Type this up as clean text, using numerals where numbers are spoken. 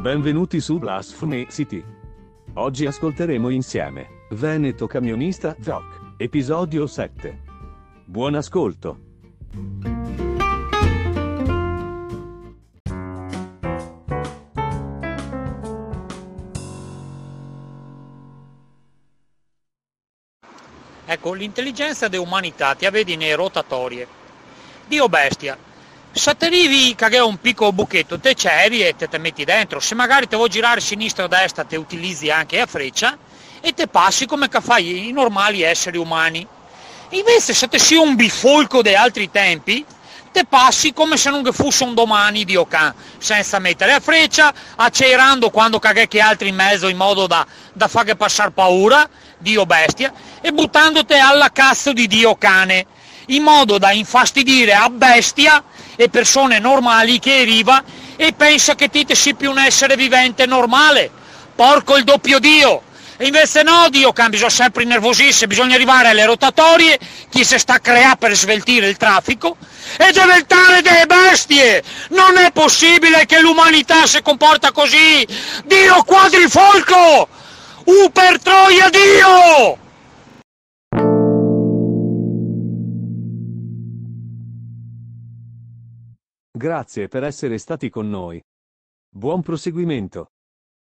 Benvenuti su Blasphemy City. Oggi ascolteremo insieme Veneto Camionista Zoc, episodio 7. Buon ascolto. Ecco, l'intelligenza dell'umanità ti vedi nei rotatorie. Dio bestia, se te arrivi che è un piccolo buchetto, te c'eri e te metti dentro. Se magari te vuoi girare sinistra o destra, te utilizzi anche a freccia e te passi come che fai i normali esseri umani. Invece se te sei un bifolco dei altri tempi, te passi come se non fosse un domani Dio can, senza mettere a freccia, accelerando quando caghe altri in mezzo in modo da farghe passare paura, Dio bestia, e buttandoti alla cazzo di Dio cane, in modo da infastidire a bestia e persone normali che arriva e pensa che te sia più un essere vivente normale. Porco il doppio Dio! E invece no, Dio can, bisogna sempre innervosirsi, bisogna arrivare alle rotatorie, chi si sta a creare per sveltire il traffico, e diventare delle bestie! Non è possibile che l'umanità si comporta così! Dio quadrifolco! Per troia Dio! Grazie per essere stati con noi. Buon proseguimento.